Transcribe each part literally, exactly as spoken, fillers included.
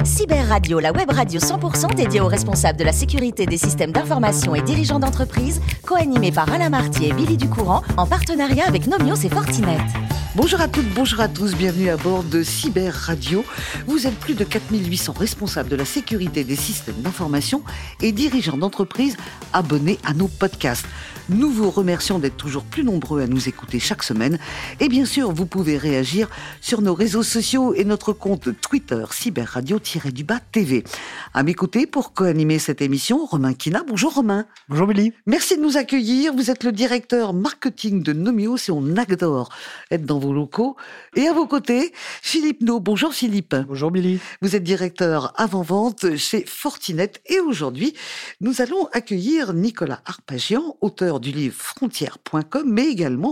Cyber Radio, la web radio cent pour cent dédiée aux responsables de la sécurité des systèmes d'information et dirigeants d'entreprise, co-animée par Alain Marty et Billy Ducourant, en partenariat avec Nomios et Fortinet. Bonjour à toutes, bonjour à tous, bienvenue à bord de Cyber Radio. Vous êtes plus de quatre mille huit cents responsables de la sécurité des systèmes d'information et dirigeants d'entreprise abonnés à nos podcasts. Nous vous remercions d'être toujours plus nombreux à nous écouter chaque semaine. Et bien sûr, vous pouvez réagir sur nos réseaux sociaux et notre compte Twitter Cyber Radio-du-bas T V. À mes côtés, pour co-animer cette émission, Romain Quina. Bonjour Romain. Bonjour Billy. Merci de nous accueillir. Vous êtes le directeur marketing de Nomios et on adore être dans vos locaux. Et à vos côtés, Philippe No. Bonjour Philippe. Bonjour Billy. Vous êtes directeur avant-vente chez Fortinet. Et aujourd'hui, nous allons accueillir Nicolas Arpagian, auteur du livre frontières point com, mais également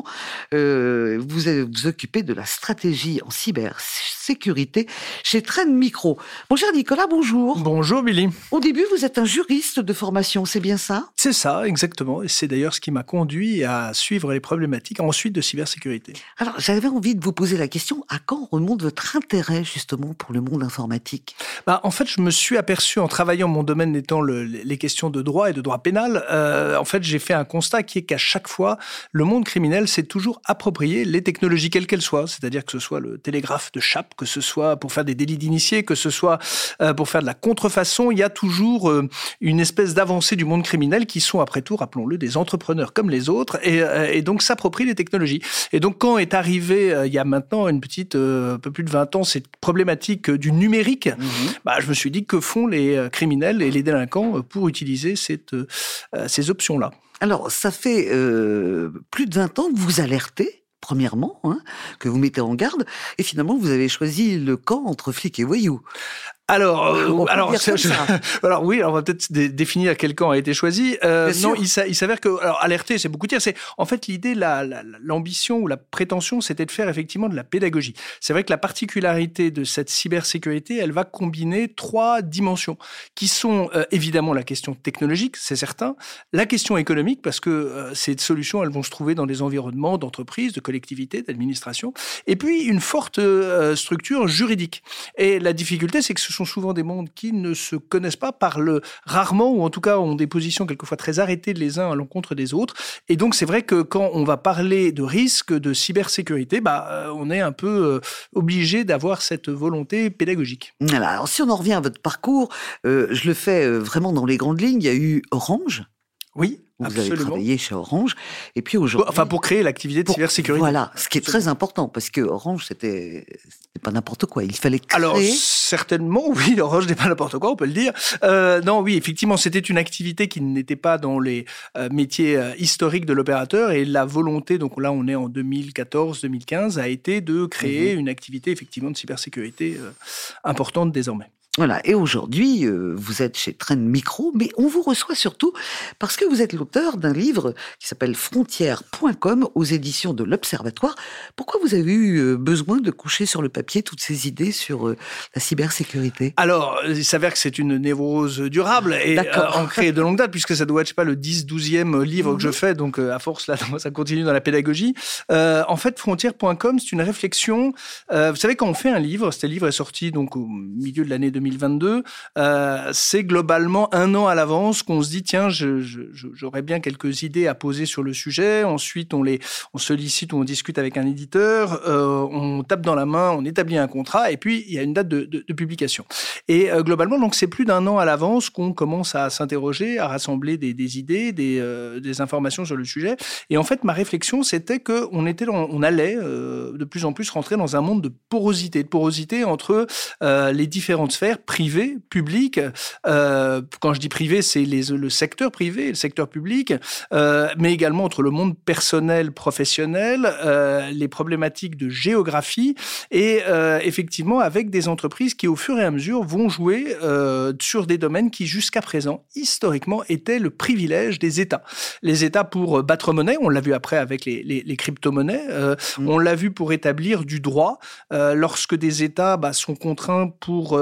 euh, vous vous occupez de la stratégie en cybersécurité chez Trend Micro. Bonjour Nicolas, bonjour. Bonjour Billy. Au début, vous êtes un juriste de formation, c'est bien ça ? C'est ça, exactement. Et c'est d'ailleurs ce qui m'a conduit à suivre les problématiques ensuite de cybersécurité. Alors, j'avais envie de vous poser la question, à quand remonte votre intérêt justement pour le monde informatique ? Bah, en fait, je me suis aperçu en travaillant mon domaine étant le, les questions de droit et de droit pénal, euh, en fait, j'ai fait un constat qui est qu'à chaque fois, le monde criminel s'est toujours approprié les technologies quelles qu'elles soient, c'est-à-dire que ce soit le télégraphe de Chappe, que ce soit pour faire des délits d'initiés, que ce soit euh, pour faire de la contrefaçon, il y a toujours euh, une espèce d'avancée du monde criminel qui sont, après tout, rappelons-le, des entrepreneurs comme les autres, et, euh, et donc s'approprient les technologies. Et donc, quand est arrivé, euh, il y a maintenant une petite, euh, un peu plus de vingt ans, cette problématique euh, du numérique, mmh. bah, je me suis dit, que font les euh, criminels et les délinquants euh, pour utiliser cette, euh, ces options-là ? Alors, ça fait euh, plus de vingt ans que vous alertez, premièrement, hein, que vous mettez en garde, et finalement, vous avez choisi le camp entre flics et voyous. Alors, euh, alors, je, alors oui, alors on va peut-être dé- définir quel camp a été choisi. Euh, non, il, il s'avère que, alors alerter, c'est beaucoup dire. C'est en fait l'idée, la, la, l'ambition ou la prétention, c'était de faire effectivement de la pédagogie. C'est vrai que la particularité de cette cybersécurité, elle va combiner trois dimensions, qui sont euh, évidemment la question technologique, c'est certain, la question économique, parce que euh, ces solutions, elles vont se trouver dans des environnements d'entreprise, de collectivités, d'administration, et puis une forte euh, structure juridique. Et la difficulté, c'est que ce sont souvent des mondes qui ne se connaissent pas, parlent rarement, ou en tout cas ont des positions quelquefois très arrêtées les uns à l'encontre des autres. Et donc, c'est vrai que quand on va parler de risque de cybersécurité, bah, euh, on est un peu euh, obligé d'avoir cette volonté pédagogique. Voilà. Alors, si on en revient à votre parcours, euh, je le fais euh, vraiment dans les grandes lignes. Il y a eu Orange. Oui. Vous Absolument. avez travaillé chez Orange, et puis aujourd'hui... Enfin, pour créer l'activité de pour, cybersécurité. Voilà, ce qui est très important, parce que Orange, c'était, c'était pas n'importe quoi. Il fallait créer... Alors, certainement, oui, Orange n'est pas n'importe quoi, on peut le dire. Euh, non, oui, effectivement, c'était une activité qui n'était pas dans les euh, métiers euh, historiques de l'opérateur, et la volonté, donc là, on est en deux mille quatorze deux mille quinze, a été de créer mmh. une activité, effectivement, de cybersécurité euh, importante désormais. Voilà, et aujourd'hui, euh, vous êtes chez Trend Micro, mais on vous reçoit surtout parce que vous êtes l'auteur d'un livre qui s'appelle frontières point com aux éditions de l'Observatoire. Pourquoi vous avez eu besoin de coucher sur le papier toutes ces idées sur euh, la cybersécurité ? Alors, il s'avère que c'est une névrose durable et euh, ancrée de longue date, puisque ça doit être, je sais pas, le dix douzième livre mmh. que je fais, donc euh, à force, là, ça continue dans la pédagogie. Euh, en fait, frontières point com, c'est une réflexion. Euh, vous savez, quand on fait un livre, ce livre est sorti donc au milieu de l'année deux mille vingt-deux, euh, c'est globalement un an à l'avance qu'on se dit tiens, je, je, j'aurais bien quelques idées à poser sur le sujet. Ensuite, on les, on sollicite ou on discute avec un éditeur, euh, on tape dans la main, on établit un contrat, et puis il y a une date de, de, de publication. Et euh, globalement, donc c'est plus d'un an à l'avance qu'on commence à s'interroger, à rassembler des, des idées, des, euh, des informations sur le sujet. Et en fait, ma réflexion, c'était que on était, dans, on allait euh, de plus en plus rentrer dans un monde de porosité, de porosité entre euh, les différentes sphères privées, publiques. Euh, quand je dis privé, c'est les, le secteur privé, le secteur public, euh, mais également entre le monde personnel, professionnel, euh, les problématiques de géographie, et euh, effectivement avec des entreprises qui, au fur et à mesure, vont jouer euh, sur des domaines qui, jusqu'à présent, historiquement, étaient le privilège des États. Les États pour battre monnaie, on l'a vu après avec les, les, les crypto-monnaies, euh, mmh. on l'a vu pour établir du droit, euh, lorsque des États bah, sont contraints pour euh,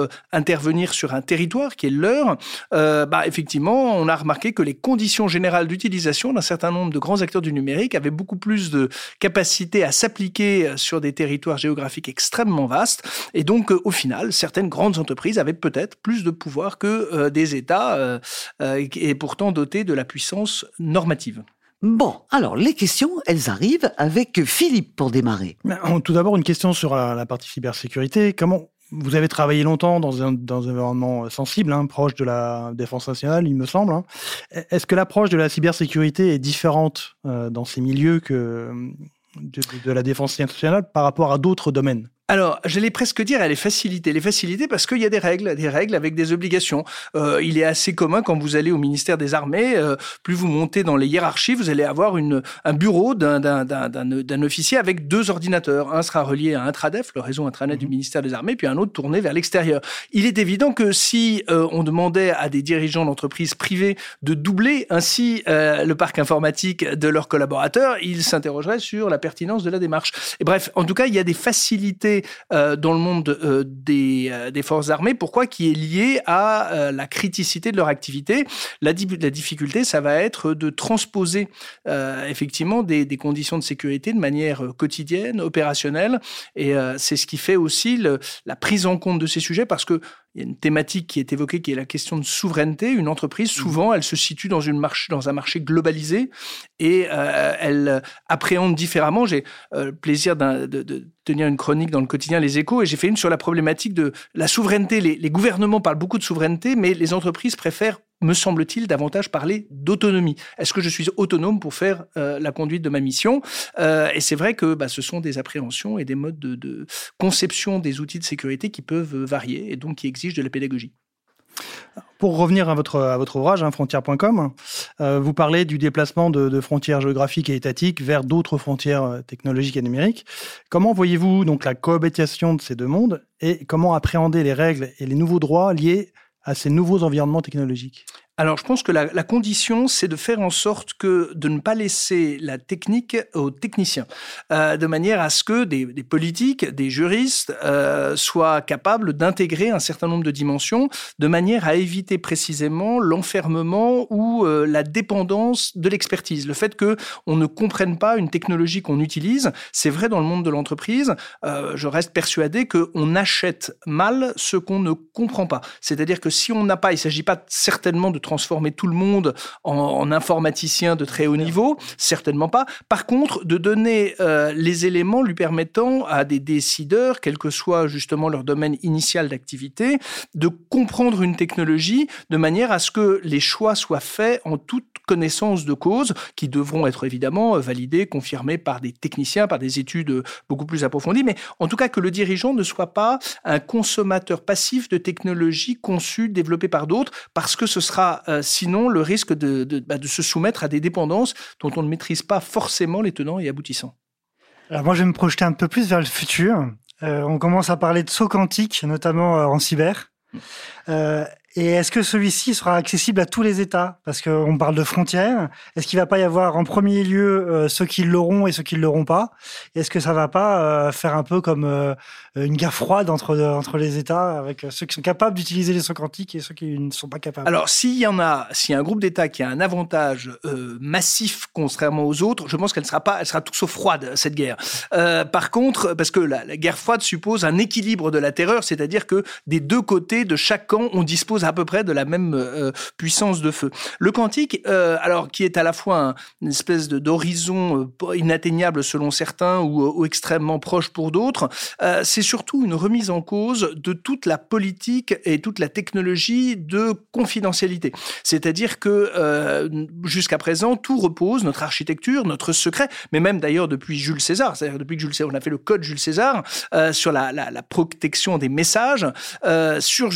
intervenir sur un territoire qui est leur, euh, bah, effectivement, on a remarqué que les conditions générales d'utilisation d'un certain nombre de grands acteurs du numérique avaient beaucoup plus de capacité à s'appliquer sur des territoires géographiques extrêmement vastes. Et donc, euh, au final, certaines grandes entreprises avaient peut-être plus de pouvoir que euh, des États, euh, euh, et pourtant dotés de la puissance normative. Bon, alors les questions, elles arrivent avec Philippe pour démarrer. Tout d'abord, une question sur la, la partie cybersécurité. Comment vous avez travaillé longtemps dans un, dans un environnement sensible, hein, proche de la défense nationale, il me semble. Hein. Est-ce que l'approche de la cybersécurité est différente euh, dans ces milieux que de, de la défense nationale par rapport à d'autres domaines ? Alors, j'allais presque dire, elle est facilitée. Elle est facilitée parce qu'il y a des règles, des règles avec des obligations. Euh, il est assez commun quand vous allez au ministère des Armées, euh, plus vous montez dans les hiérarchies, vous allez avoir une, un bureau d'un, d'un, d'un, d'un, d'un officier avec deux ordinateurs. Un sera relié à Intradef, le réseau intranet mmh. du ministère des Armées, puis un autre tourné vers l'extérieur. Il est évident que si euh, on demandait à des dirigeants d'entreprises privées de doubler ainsi euh, le parc informatique de leurs collaborateurs, ils s'interrogeraient sur la pertinence de la démarche. Et bref, en tout cas, il y a des facilités Euh, dans le monde euh, des, euh, des forces armées. Pourquoi ? Qui est lié à euh, la criticité de leur activité. La, di- la difficulté, ça va être de transposer euh, effectivement des, des conditions de sécurité de manière quotidienne, opérationnelle. Et euh, c'est ce qui fait aussi le, la prise en compte de ces sujets, parce que il y a une thématique qui est évoquée, qui est la question de souveraineté. Une entreprise, souvent, elle se situe dans, une marche, dans un marché globalisé et euh, elle appréhende différemment. J'ai euh, le plaisir de, de tenir une chronique dans le quotidien Les Échos et j'ai fait une sur la problématique de la souveraineté. Les, les gouvernements parlent beaucoup de souveraineté, mais les entreprises préfèrent, me semble-t-il, davantage parler d'autonomie. Est-ce que je suis autonome pour faire euh, la conduite de ma mission ? euh, Et c'est vrai que bah, ce sont des appréhensions et des modes de, de conception des outils de sécurité qui peuvent varier et donc qui exigent de la pédagogie. Pour revenir à votre, à votre ouvrage, hein, frontières point com, euh, vous parlez du déplacement de, de frontières géographiques et étatiques vers d'autres frontières technologiques et numériques. Comment voyez-vous donc la cohabitation de ces deux mondes et comment appréhender les règles et les nouveaux droits liés à ces nouveaux environnements technologiques ? Alors, je pense que la, la condition, c'est de faire en sorte que de ne pas laisser la technique aux techniciens, euh, de manière à ce que des, des politiques, des juristes euh, soient capables d'intégrer un certain nombre de dimensions, de manière à éviter précisément l'enfermement ou euh, la dépendance de l'expertise. Le fait que on ne comprenne pas une technologie qu'on utilise, c'est vrai dans le monde de l'entreprise. Euh, je reste persuadé qu'on achète mal ce qu'on ne comprend pas. C'est-à-dire que si on n'a pas, il ne s'agit pas certainement de transformer tout le monde en, en informaticien de très haut niveau, certainement pas. Par contre, de donner euh, les éléments lui permettant à des décideurs, quel que soit justement leur domaine initial d'activité, de comprendre une technologie de manière à ce que les choix soient faits en toute connaissance de cause, qui devront être évidemment validés, confirmés par des techniciens, par des études beaucoup plus approfondies, mais en tout cas que le dirigeant ne soit pas un consommateur passif de technologies conçues, développées par d'autres, parce que ce sera euh, sinon le risque de, de, bah, de se soumettre à des dépendances dont on ne maîtrise pas forcément les tenants et aboutissants. Alors moi, je vais me projeter un peu plus vers le futur. Euh, on commence à parler de saut quantique, notamment euh, en cyber. Euh, et est-ce que celui-ci sera accessible à tous les États ? Parce qu'on parle de frontières. Est-ce qu'il ne va pas y avoir en premier lieu euh, ceux qui l'auront et ceux qui ne l'auront pas ? Et est-ce que ça ne va pas euh, faire un peu comme euh, une guerre froide entre, entre les États, avec ceux qui sont capables d'utiliser les sauts quantiques et ceux qui ne sont pas capables ? Alors, s'il y en a, s'il y a un groupe d'États qui a un avantage euh, massif contrairement aux autres, je pense qu'elle ne sera pas, elle sera tout sauf froide, cette guerre. Euh, par contre, parce que la, la guerre froide suppose un équilibre de la terreur, c'est-à-dire que des deux côtés de chaque camp, on dispose à peu près de la même euh, puissance de feu. Le quantique, euh, alors qui est à la fois un, une espèce de, d'horizon euh, inatteignable selon certains ou, ou extrêmement proche pour d'autres, euh, c'est surtout une remise en cause de toute la politique et toute la technologie de confidentialité. C'est-à-dire que euh, jusqu'à présent, tout repose, notre architecture, notre secret, mais même d'ailleurs depuis Jules César, c'est-à-dire depuis que Jules César, on a fait le code Jules César, euh, sur la, la, la protection des messages, euh, sur justement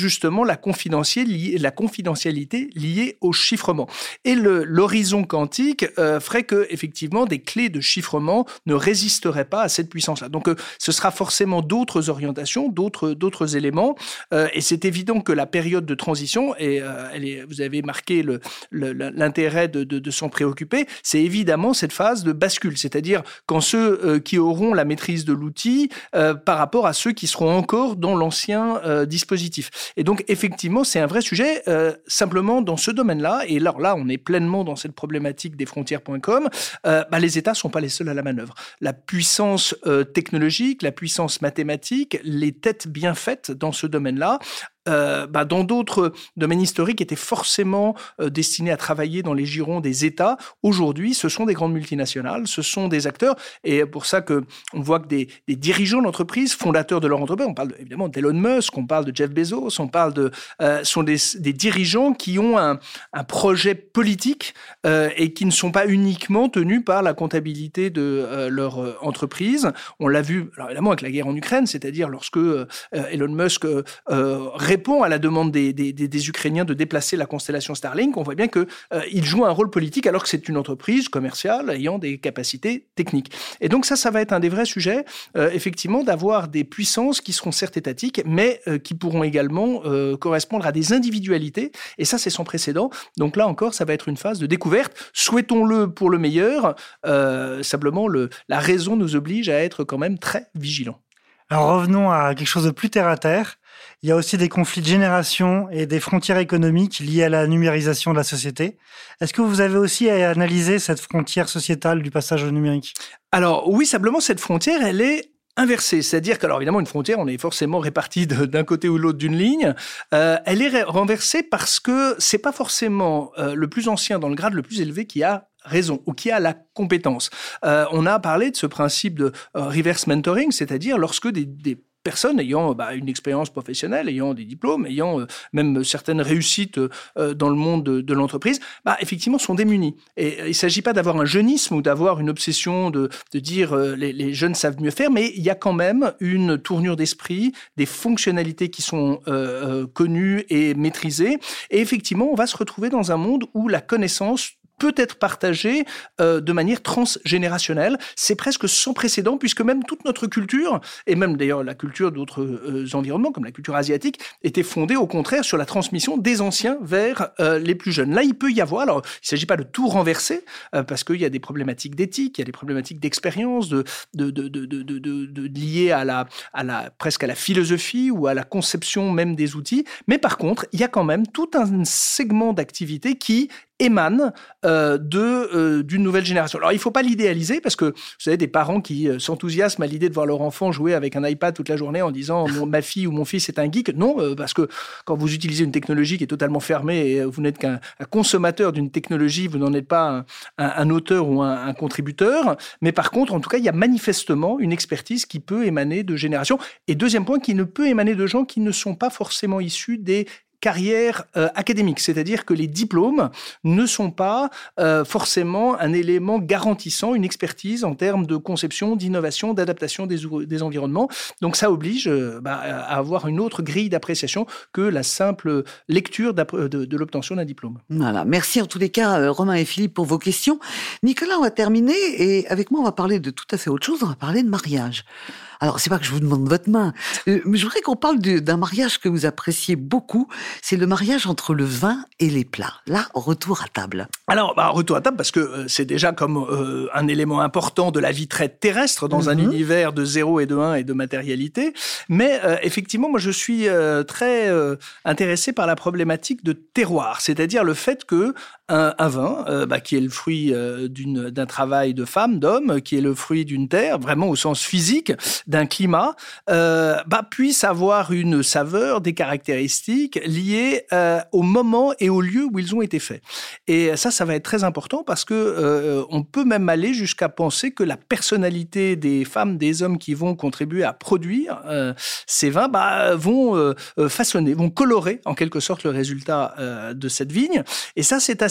la confidentialité, la confidentialité liée au chiffrement. Et le, l'horizon quantique euh, ferait que, effectivement, des clés de chiffrement ne résisteraient pas à cette puissance-là. Donc, euh, ce sera forcément d'autres orientations, d'autres, d'autres éléments. Euh, et c'est évident que la période de transition, et euh, elle est, vous avez marqué le, le, l'intérêt de, de, de s'en préoccuper, c'est évidemment cette phase de bascule, c'est-à-dire quand ceux euh, qui auront la maîtrise de l'outil euh, par rapport à ceux qui seront encore dans l'ancien euh, dispositif. Et donc, effectivement, c'est un vrai sujet, euh, simplement dans ce domaine-là, et alors là, on est pleinement dans cette problématique des frontières point com, euh, bah, les États ne sont pas les seuls à la manœuvre. La puissance euh, technologique, la puissance mathématique, les têtes bien faites dans ce domaine-là, Euh, bah, dans d'autres domaines historiques, étaient forcément euh, destinés à travailler dans les girons des États. Aujourd'hui, ce sont des grandes multinationales, ce sont des acteurs, et pour ça que on voit que des, des dirigeants d'entreprise, fondateurs de leur entreprise, on parle évidemment d'Elon Musk, on parle de Jeff Bezos, on parle de, euh, sont des, des dirigeants qui ont un, un projet politique euh, et qui ne sont pas uniquement tenus par la comptabilité de euh, leur euh, entreprise. On l'a vu, alors évidemment, avec la guerre en Ukraine, c'est-à-dire lorsque euh, Elon Musk euh, euh, répond à la demande des, des, des Ukrainiens de déplacer la constellation Starlink, on voit bien qu'il euh, joue un rôle politique alors que c'est une entreprise commerciale ayant des capacités techniques. Et donc ça, ça va être un des vrais sujets, euh, effectivement, d'avoir des puissances qui seront certes étatiques, mais euh, qui pourront également euh, correspondre à des individualités. Et ça, c'est sans précédent. Donc là encore, ça va être une phase de découverte. Souhaitons-le pour le meilleur. Euh, simplement, le, la raison nous oblige à être quand même très vigilants. Alors revenons à quelque chose de plus terre à terre. Il y a aussi des conflits de génération et des frontières économiques liées à la numérisation de la société. Est-ce que vous avez aussi analysé cette frontière sociétale du passage au numérique ? Alors oui, simplement, cette frontière, elle est inversée. C'est-à-dire que, alors évidemment, une frontière, on est forcément répartis de, d'un côté ou de l'autre d'une ligne. Euh, elle est renversée parce que c'est pas forcément euh, le plus ancien dans le grade le plus élevé qui a raison ou qui a la compétence. Euh, on a parlé de ce principe de euh, reverse mentoring, c'est-à-dire lorsque des, des personnes ayant bah, une expérience professionnelle, ayant des diplômes, ayant euh, même certaines réussites euh, dans le monde de, de l'entreprise, bah, effectivement sont démunies. Et euh, il ne s'agit pas d'avoir un jeunisme ou d'avoir une obsession de, de dire euh, les, les jeunes savent mieux faire, mais il y a quand même une tournure d'esprit, des fonctionnalités qui sont euh, euh, connues et maîtrisées. Et effectivement, on va se retrouver dans un monde où la connaissance peut être partagé euh, de manière transgénérationnelle. C'est presque sans précédent, puisque même toute notre culture, et même d'ailleurs la culture d'autres euh, environnements, comme la culture asiatique, était fondée au contraire sur la transmission des anciens vers euh, les plus jeunes. Là, il peut y avoir, alors il ne s'agit pas de tout renverser, euh, parce qu'il y a des problématiques d'éthique, il y a des problématiques d'expérience, de, de, de, de, de, de, de, de liées à la, à la, presque à la philosophie ou à la conception même des outils. Mais par contre, il y a quand même tout un segment d'activité qui émane euh, de, euh, d'une nouvelle génération. Alors, il ne faut pas l'idéaliser parce que, vous savez, des parents qui euh, s'enthousiasment à l'idée de voir leur enfant jouer avec un iPad toute la journée en disant « ma fille ou mon fils est un geek ». Non, euh, parce que quand vous utilisez une technologie qui est totalement fermée et vous n'êtes qu'un un consommateur d'une technologie, vous n'en êtes pas un, un, un auteur ou un, un contributeur. Mais par contre, en tout cas, il y a manifestement une expertise qui peut émaner de générations. Et deuxième point, qui ne peut émaner de gens qui ne sont pas forcément issus des carrière euh, académique, c'est-à-dire que les diplômes ne sont pas euh, forcément un élément garantissant une expertise en termes de conception, d'innovation, d'adaptation des, des environnements. Donc ça oblige euh, bah, à avoir une autre grille d'appréciation que la simple lecture de, de l'obtention d'un diplôme. Voilà, merci en tous les cas Romain et Philippe pour vos questions. Nicolas, on va terminer et avec moi on va parler de tout à fait autre chose, on va parler de mariage. Alors, c'est pas que je vous demande votre main, euh, mais je voudrais qu'on parle de, d'un mariage que vous appréciez beaucoup. C'est le mariage entre le vin et les plats. Là, retour à table. Alors, bah, retour à table parce que euh, c'est déjà comme euh, un élément important de la vie très terrestre dans mm-hmm. un univers de zéro et de un et de matérialité. Mais euh, effectivement, moi, je suis euh, très euh, intéressé par la problématique de terroir, c'est-à-dire le fait que un, un vin, euh, bah, qui est le fruit euh, d'une, d'un travail de femme, d'homme, qui est le fruit d'une terre, vraiment au sens physique, d'un climat, euh, bah, puisse avoir une saveur, des caractéristiques liées euh, au moment et au lieu où ils ont été faits. Et ça, ça va être très important parce que euh, on peut même aller jusqu'à penser que la personnalité des femmes, des hommes qui vont contribuer à produire euh, ces vins, bah, vont euh, façonner, vont colorer en quelque sorte le résultat euh, de cette vigne. Et ça, c'est assez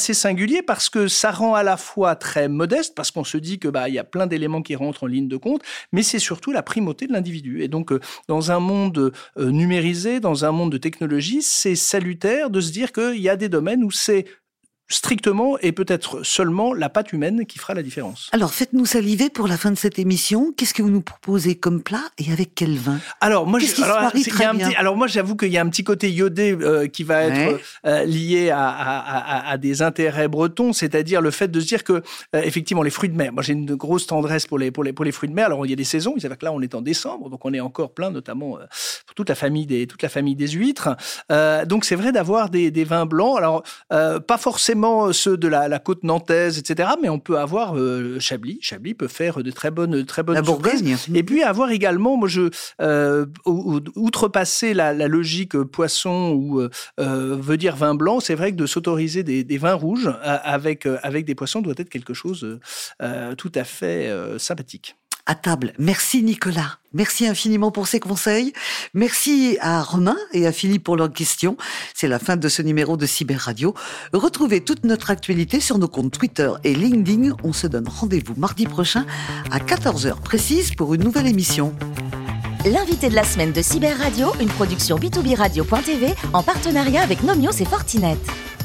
assez singulier parce que ça rend à la fois très modeste, parce qu'on se dit que bah il y a plein d'éléments qui rentrent en ligne de compte, mais c'est surtout la primauté de l'individu. Et donc, euh, dans un monde euh, numérisé, dans un monde de technologie, c'est salutaire de se dire qu'il y a des domaines où c'est strictement et peut-être seulement la patte humaine qui fera la différence. Alors, faites-nous saliver pour la fin de cette émission. Qu'est-ce que vous nous proposez comme plat et avec quel vin ? Alors, moi, Qu'est-ce qui alors, se marie c'est, très y a un bien petit, alors moi, j'avoue qu'il y a un petit côté iodé euh, qui va être Ouais. euh, lié à, à, à, à des intérêts bretons, c'est-à-dire le fait de se dire que, euh, effectivement, les fruits de mer. Moi, j'ai une grosse tendresse pour les pour les pour les fruits de mer. Alors, il y a des saisons. Il s'avère que là, on est en décembre, donc on est encore plein, notamment euh, pour toute la famille des toute la famille des huîtres. Euh, donc, c'est vrai d'avoir des des vins blancs. Alors, euh, pas forcément ceux de la La, la côte nantaise, et cetera. Mais on peut avoir euh, Chablis. Chablis peut faire de très bonnes, très bonnes La surprises. Bourgogne. Et puis avoir également, moi, je euh, outrepasser la, la logique poisson ou euh, veut dire vin blanc, c'est vrai que de s'autoriser des, des vins rouges euh, avec euh, avec des poissons doit être quelque chose euh, tout à fait euh, sympathique. À table. Merci Nicolas. Merci infiniment pour ces conseils. Merci à Romain et à Philippe pour leurs questions. C'est la fin de ce numéro de Cyber Radio. Retrouvez toute notre actualité sur nos comptes Twitter et LinkedIn. On se donne rendez-vous mardi prochain à quatorze heures précise pour une nouvelle émission. L'invité de la semaine de Cyber Radio, une production b to b radio point t v en partenariat avec Nomios et Fortinet.